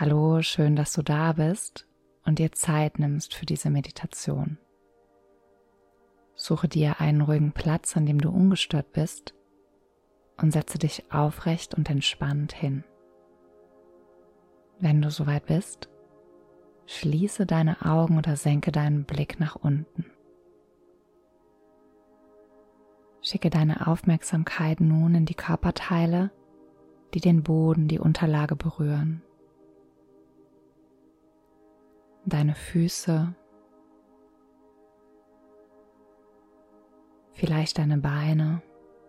Hallo, schön, dass du da bist und dir Zeit nimmst für diese Meditation. Suche dir einen ruhigen Platz, an dem du ungestört bist, und setze dich aufrecht und entspannt hin. Wenn du soweit bist, schließe deine Augen oder senke deinen Blick nach unten. Schicke deine Aufmerksamkeit nun in die Körperteile, die den Boden, die Unterlage berühren. Deine Füße, vielleicht deine Beine,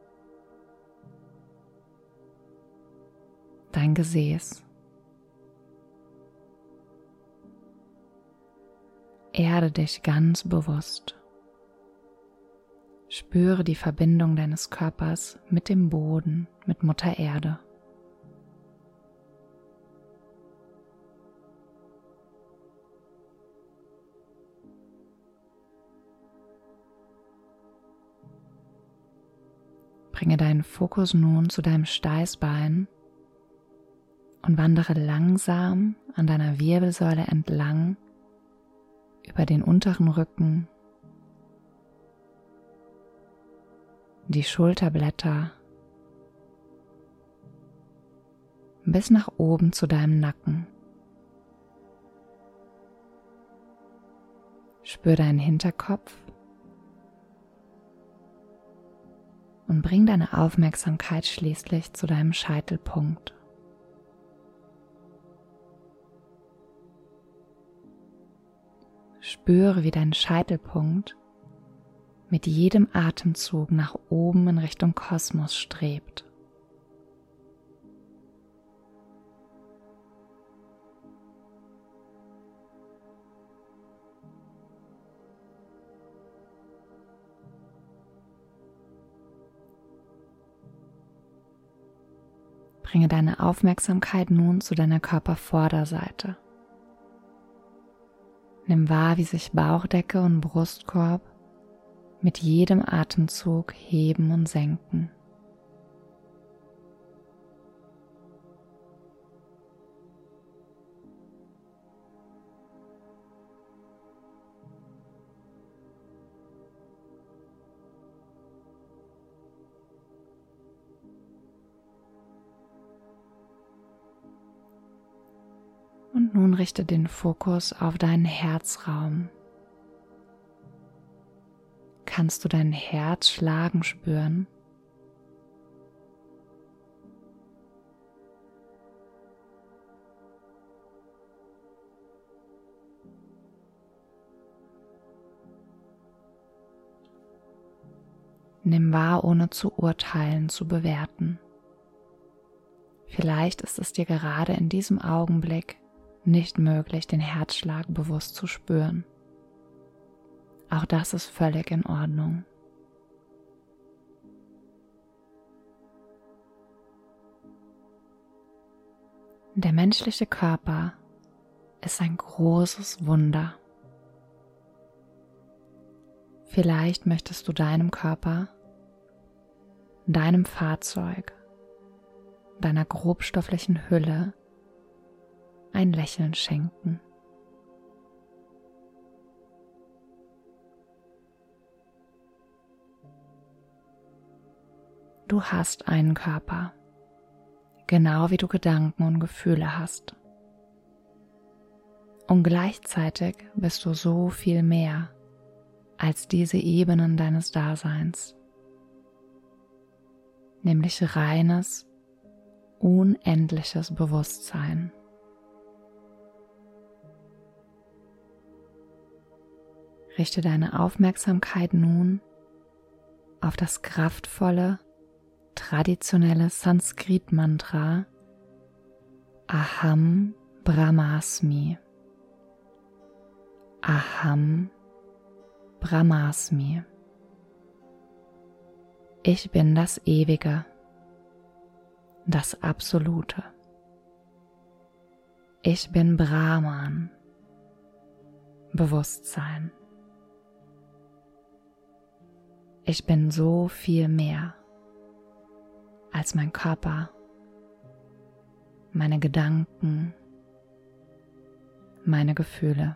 dein Gesäß. Erde dich ganz bewusst. Spüre die Verbindung deines Körpers mit dem Boden, mit Mutter Erde. Bringe deinen Fokus nun zu deinem Steißbein und wandere langsam an deiner Wirbelsäule entlang über den unteren Rücken, die Schulterblätter bis nach oben zu deinem Nacken. Spür deinen Hinterkopf und bring deine Aufmerksamkeit schließlich zu deinem Scheitelpunkt. Spüre, wie dein Scheitelpunkt mit jedem Atemzug nach oben in Richtung Kosmos strebt. Bringe deine Aufmerksamkeit nun zu deiner Körpervorderseite. Nimm wahr, wie sich Bauchdecke und Brustkorb mit jedem Atemzug heben und senken. Und nun richte den Fokus auf deinen Herzraum. Kannst du dein Herz schlagen spüren? Nimm wahr, ohne zu urteilen, zu bewerten. Vielleicht ist es dir gerade in diesem Augenblick nicht möglich, den Herzschlag bewusst zu spüren. Auch das ist völlig in Ordnung. Der menschliche Körper ist ein großes Wunder. Vielleicht möchtest du deinem Körper, deinem Fahrzeug, deiner grobstofflichen Hülle ein Lächeln schenken. Du hast einen Körper, genau wie du Gedanken und Gefühle hast. Und gleichzeitig bist du so viel mehr als diese Ebenen deines Daseins, nämlich reines, unendliches Bewusstsein. Richte deine Aufmerksamkeit nun auf das kraftvolle, traditionelle Sanskrit-Mantra Aham Brahmasmi. Aham Brahmasmi. Ich bin das Ewige, das Absolute. Ich bin Brahman, Bewusstsein. Ich bin so viel mehr als mein Körper, meine Gedanken, meine Gefühle.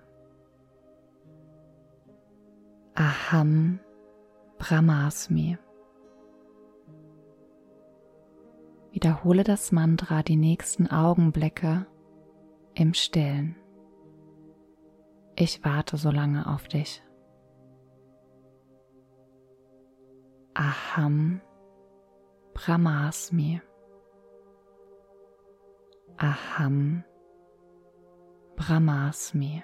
Aham Brahmasmi. Wiederhole das Mantra die nächsten Augenblicke im Stillen. Ich warte so lange auf dich. Aham Brahmasmi. Aham Brahmasmi.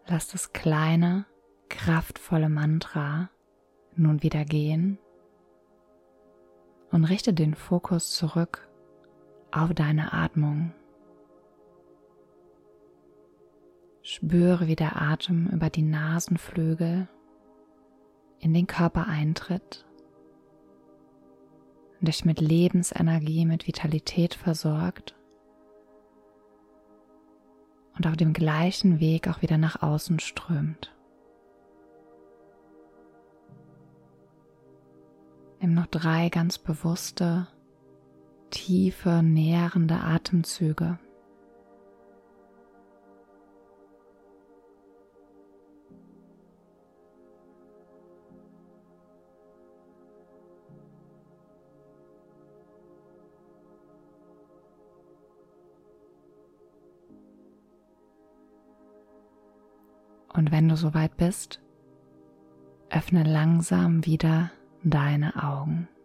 Lass das kleine, kraftvolle Mantra nun wieder gehen und richte den Fokus zurück auf deine Atmung. Spüre, wie der Atem über die Nasenflügel in den Körper eintritt und dich mit Lebensenergie, mit Vitalität versorgt und auf dem gleichen Weg auch wieder nach außen strömt. Nimm noch 3 ganz bewusste, tiefe, nährende Atemzüge. Und wenn du soweit bist, öffne langsam wieder deine Augen.